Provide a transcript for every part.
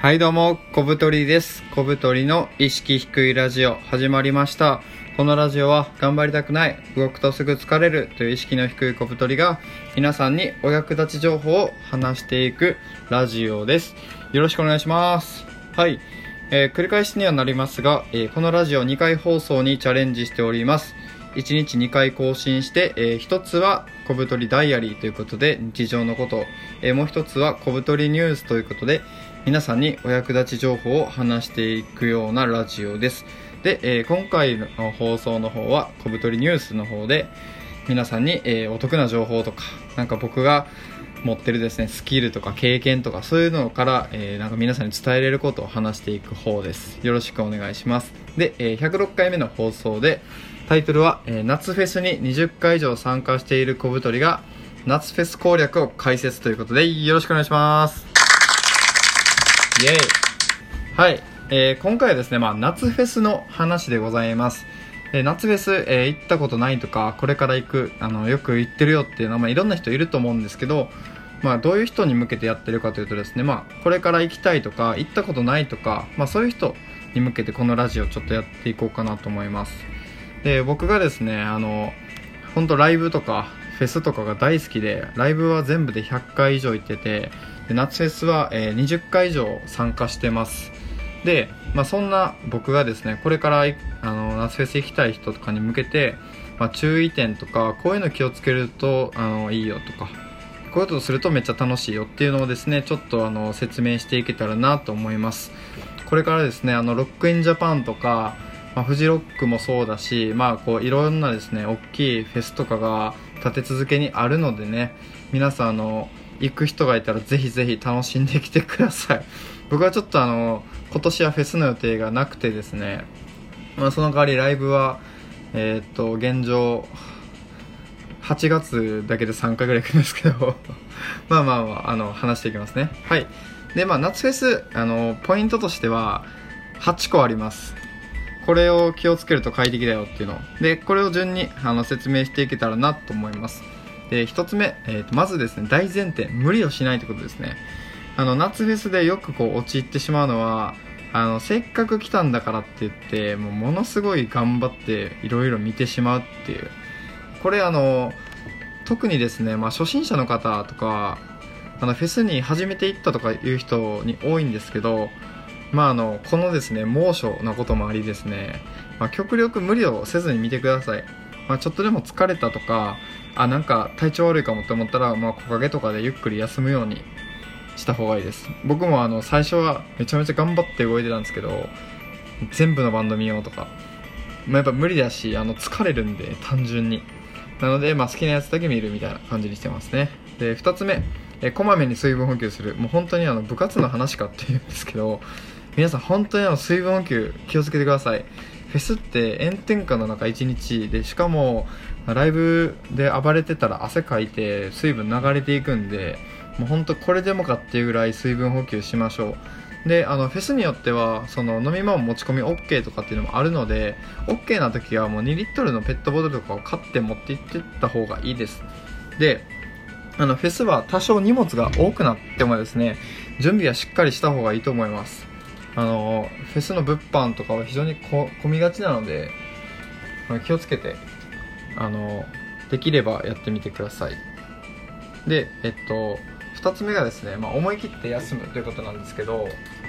はいどうも、小太りです。小太りの意識低いラジオ始まりました。このラジオは頑張りたくない、動くとすぐ疲れるという意識の低い小太りが皆さんにお役立ち情報を話していくラジオです。よろしくお願いします。はい、繰り返しにはなりますが、このラジオ2回放送にチャレンジしております。1日2回更新して、1つは小太りダイアリーということで日常のこと、もう1つは小太りニュースということで皆さんにお役立ち情報を話していくようなラジオです。で、今回の放送の方は小太りニュースの方で皆さんに、お得な情報とかなんか僕が持ってるですねスキルとか経験とかそういうのから、なんか皆さんに伝えれることを話していく方です。よろしくお願いします。で、106回目の放送でタイトルは、夏フェスに20回以上参加している小太りが夏フェス攻略を解説ということでよろしくお願いします。イエイ。はい、今回はですね、夏フェスの話でございます。夏フェス、行ったことないとかこれから行くよく行ってるよっていうのは、いろんな人いると思うんですけど、どういう人に向けてやってるかというとですね、これから行きたいとか行ったことないとか、そういう人に向けてこのラジオちょっとやっていこうかなと思います。で、僕がですね本当ライブとかフェスとかが大好きで、ライブは全部で100回以上行ってて、で夏フェスは、20回以上参加してます。で、そんな僕がですねこれから夏フェス行きたい人とかに向けて、注意点とかこういうの気をつけるといいよとか、こういうことをするとめっちゃ楽しいよっていうのをですねちょっと説明していけたらなと思います。これからですねロックインジャパンとか、フジロックもそうだし、こういろんなですね大きいフェスとかが立て続けにあるのでね、皆さん行く人がいたらぜひぜひ楽しんできてください。僕はちょっと今年はフェスの予定がなくてですね、その代わりライブは現状8月だけで3回ぐらい行くんですけど話していきますね。はい。で、夏フェスポイントとしては8個あります。これを気をつけると快適だよっていうので、これを順に説明していけたらなと思います。で、1つ目、まずですね大前提、無理をしないということですね。夏フェスでよく陥ってしまうのはせっかく来たんだからって言ってものすごい頑張っていろいろ見てしまうっていう、これ特にですね、初心者の方とかフェスに初めて行ったとかいう人に多いんですけど、このですね猛暑なこともありですね、極力無理をせずに見てください。ちょっとでも疲れたとかなんか体調悪いかもって思ったら、木陰とかでゆっくり休むようにした方がいいです。僕も最初はめちゃめちゃ頑張って動いてたんですけど、全部のバンド見ようとか、やっぱ無理だし疲れるんで単純に、なので好きなやつだけ見るみたいな感じにしてますね。で、2つ目、こまめに水分補給する。もう本当に部活の話かっていうんですけど、皆さん本当に水分補給気をつけてください。フェスって炎天下の中1日で、しかもライブで暴れてたら汗かいて水分流れていくんで、もう本当これでもかっていうぐらい水分補給しましょう。で、フェスによっては飲み物持ち込み OK とかっていうのもあるので、 OK な時はもう2リットルのペットボトルとかを買って持って行ってった方がいいです。で、フェスは多少荷物が多くなってもですね、準備はしっかりした方がいいと思います。フェスの物販とかは非常に混みがちなので、気をつけてできればやってみてください。で、2つ目がですね、思い切って休むということなんですけど、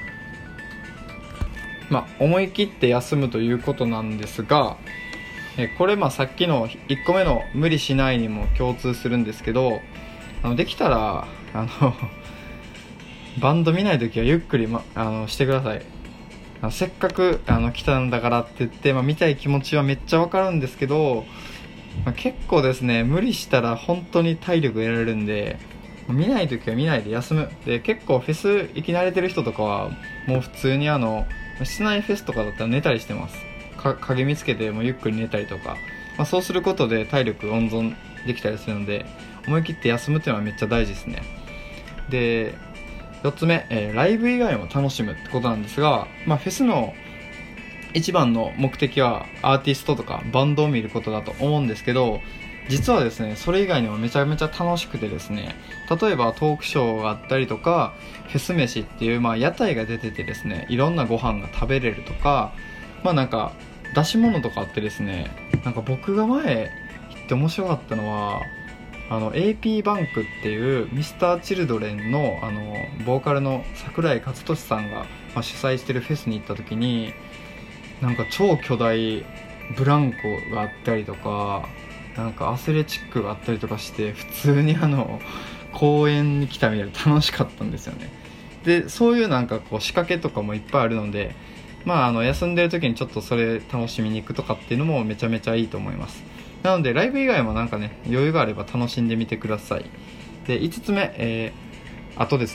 思い切って休むということなんですが、これさっきの1個目の無理しないにも共通するんですけど、できたらバンド見ないときはゆっくり、してください。せっかく来たんだからって言って、見たい気持ちはめっちゃわかるんですけど、結構ですね無理したら本当に体力得られるんで、見ないときは見ないで休む。で、結構フェス行き慣れてる人とかはもう普通に室内フェスとかだったら寝たりしてます。影見つけてもうゆっくり寝たりとか、そうすることで体力温存できたりするので、思い切って休むっていうのはめっちゃ大事ですね。で、4つ目、ライブ以外も楽しむってことなんですが、フェスの一番の目的はアーティストとかバンドを見ることだと思うんですけど、 実はですねそれ以外にもめちゃめちゃ楽しくてですね、例えばトークショーがあったりとかフェス飯っていう、屋台が出ててですね、いろんなご飯が食べれるとか、なんか出し物とかあってですね、なんか僕が前行って面白かったのはAP バンクっていう Mr.Children のボーカルの桜井和寿さんが、主催してるフェスに行った時に、なんか超巨大ブランコがあったりとか、なんかアスレチックがあったりとかして、普通に公園に来たみたいな楽しかったんですよね。でそういうなんかこう仕掛けとかもいっぱいあるので、休んでる時にちょっとそれ楽しみに行くとかっていうのもめちゃめちゃいいと思います。なのでライブ以外もなんかね余裕があれば楽しんでみてください。で5つ目、あと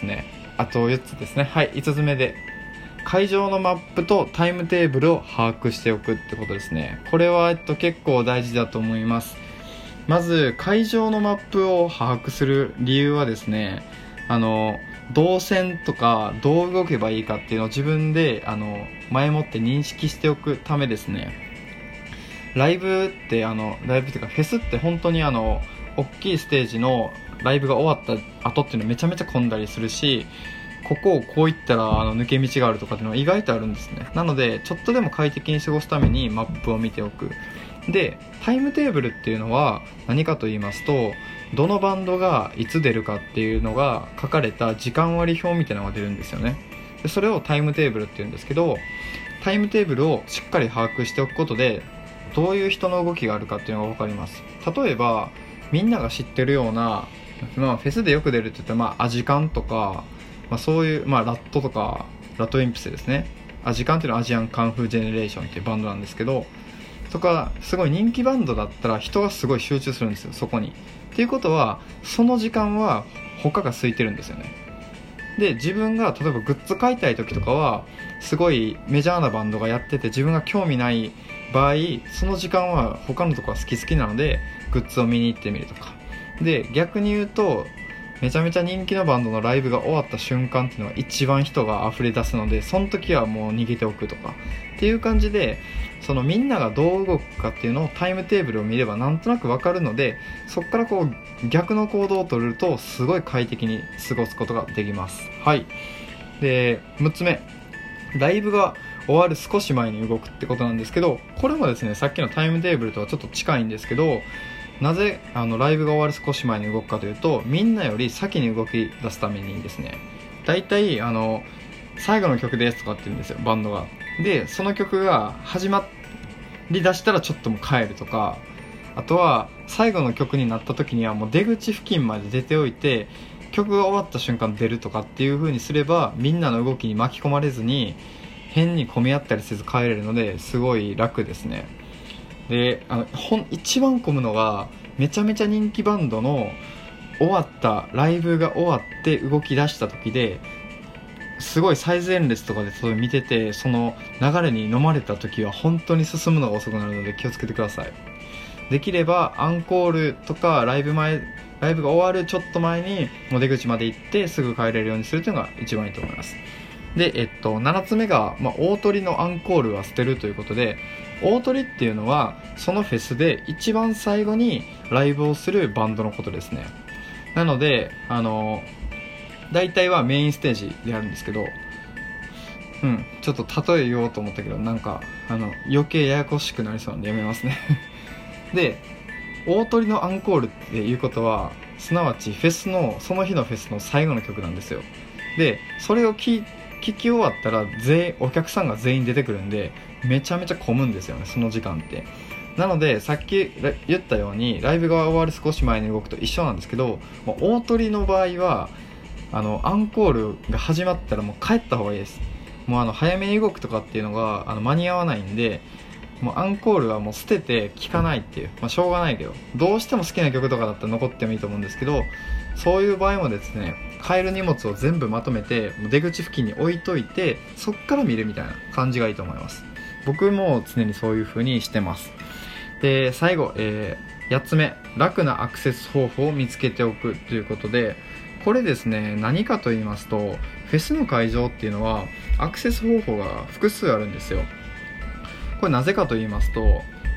4つですね。はい、5つ目で会場のマップとタイムテーブルを把握しておくってことですね。これは結構大事だと思います。まず会場のマップを把握する理由はですね、動線とかどう動けばいいかっていうのを自分で前もって認識しておくためですね。ライブっていうかフェスって本当に大きいステージのライブが終わった後っていうのはめちゃめちゃ混んだりするし、ここをこういったら抜け道があるとかっていうのは意外とあるんですね。なのでちょっとでも快適に過ごすためにマップを見ておく。でタイムテーブルっていうのは何かと言いますと、どのバンドがいつ出るかっていうのが書かれた時間割表みたいなのが出るんですよね。でそれをタイムテーブルって言うんですけど、タイムテーブルをしっかり把握しておくことでどういう人の動きがあるかっていうのが分かります。例えばみんなが知ってるような、フェスでよく出るって言ったらアジカンとか、そういう、ラットとかラトインプスですね。アジカンっていうのはアジアンカンフージェネレーションっていうバンドなんですけど、とかすごい人気バンドだったら人がすごい集中するんですよ、そこに。っていうことはその時間は他が空いてるんですよね。で自分が例えばグッズ買いたい時とかはすごいメジャーなバンドがやってて自分が興味ない場合、その時間は他のところが好きなのでグッズを見に行ってみるとかで、逆に言うとめちゃめちゃ人気のバンドのライブが終わった瞬間っていうのは一番人が溢れ出すので、その時はもう逃げておくとかっていう感じで、そのみんながどう動くかっていうのをタイムテーブルを見ればなんとなく分かるので、そこからこう逆の行動を取るとすごい快適に過ごすことができます。はい。で6つ目、ライブが終わる少し前に動くってことなんですけど、これもですねさっきのタイムテーブルとはちょっと近いんですけど、なぜライブが終わる少し前に動くかというと、みんなより先に動き出すためにですね、だいたい最後の曲ですとかって言うんですよ、バンドが。でその曲が始まりだしたらちょっともう帰るとか、あとは最後の曲になった時にはもう出口付近まで出ておいて曲が終わった瞬間出るとかっていう風にすれば、みんなの動きに巻き込まれずに変に混み合ったりせず帰れるのですごい楽ですね。で一番混むのがめちゃめちゃ人気バンドの終わったライブが終わって動き出した時で、すごい最前列とかでそれ見ててその流れに飲まれた時は本当に進むのが遅くなるので気をつけてください。できればアンコールとかライブが終わるちょっと前にもう出口まで行ってすぐ帰れるようにするというのが一番いいと思います。で、7つ目が、大トリのアンコールは捨てるということで、大トリっていうのはそのフェスで一番最後にライブをするバンドのことですね。なので大体はメインステージでやるんですけど、ちょっと例え言おうと思ったけどなんか余計ややこしくなりそうなんでやめますねで大トリのアンコールっていうことはすなわちその日のフェスの最後の曲なんですよ。でそれを聞き終わったらお客さんが全員出てくるんでめちゃめちゃ混むんですよね、その時間って。なのでさっき言ったようにライブが終わる少し前に動くと一緒なんですけど、大トリの場合はアンコールが始まったらもう帰った方がいいです。もう早めに動くとかっていうのが間に合わないんで、もうアンコールはもう捨てて聴かないっていう、しょうがないけど、どうしても好きな曲とかだったら残ってもいいと思うんですけど、そういう場合もですね、買える荷物を全部まとめて出口付近に置いといてそっから見るみたいな感じがいいと思います。僕も常にそういう風にしてます。で最後、8つ目、楽なアクセス方法を見つけておくということで、これですね何かと言いますと、フェスの会場っていうのはアクセス方法が複数あるんですよ。これなぜかと言いますと、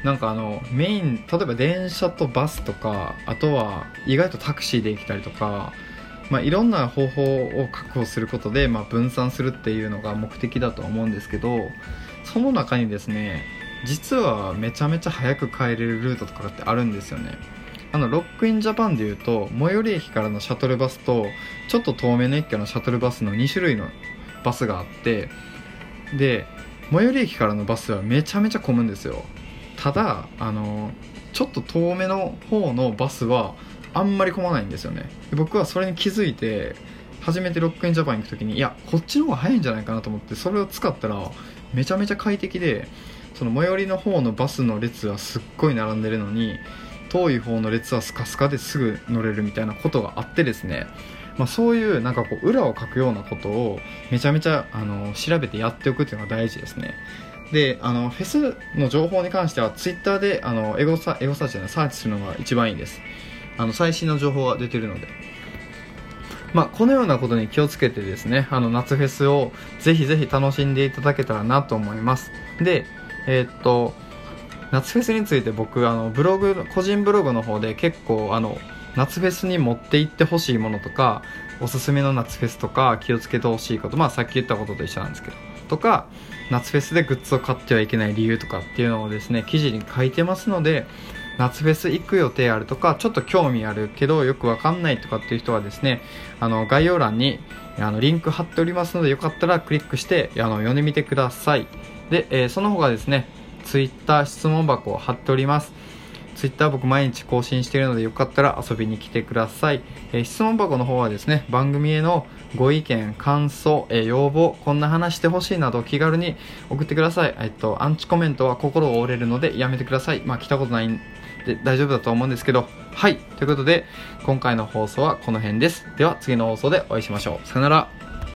なんかメイン、例えば電車とバスとか、あとは意外とタクシーで行けたりとか、いろんな方法を確保することで、分散するっていうのが目的だと思うんですけど、その中にですね、実はめちゃめちゃ早く帰れるルートとかってあるんですよね。ロックインジャパンでいうと、最寄り駅からのシャトルバスとちょっと遠めの駅からのシャトルバスの2種類のバスがあって、で最寄り駅からのバスはめちゃめちゃ混むんですよ。ただちょっと遠めの方のバスはあんまり混まないんですよね。で僕はそれに気づいて、初めてロックインジャパンに行く時に、いやこっちの方が早いんじゃないかなと思って、それを使ったらめちゃめちゃ快適で、その最寄りの方のバスの列はすっごい並んでるのに、遠い方の列はスカスカですぐ乗れるみたいなことがあってですね、そういうなんかこう裏をかくようなことをめちゃめちゃ調べてやっておくっていうのが大事ですね。でフェスの情報に関してはツイッターでエゴサーチじゃない、サーチするのが一番いいです。最新の情報が出てるので、このようなことに気をつけてですね、夏フェスをぜひぜひ楽しんでいただけたらなと思います。で夏フェスについて僕個人ブログの方で結構夏フェスに持って行ってほしいものとか、おすすめの夏フェスとか気をつけてほしいこと、さっき言ったことと一緒なんですけどとか、夏フェスでグッズを買ってはいけない理由とかっていうのをですね、記事に書いてますので、夏フェス行く予定あるとか、ちょっと興味あるけどよくわかんないとかっていう人はですね、概要欄にリンク貼っておりますので、よかったらクリックして読んでみてください。で、その他ですね、ツイッター質問箱を貼っております。ツイッター僕毎日更新しているので、よかったら遊びに来てください。質問箱の方はですね、番組へのご意見、感想、要望、こんな話してほしいなど気軽に送ってください。アンチコメントは心を折れるのでやめてください。来たことないんで大丈夫だと思うんですけど、はい、ということで今回の放送はこの辺です。では次の放送でお会いしましょう。さよなら。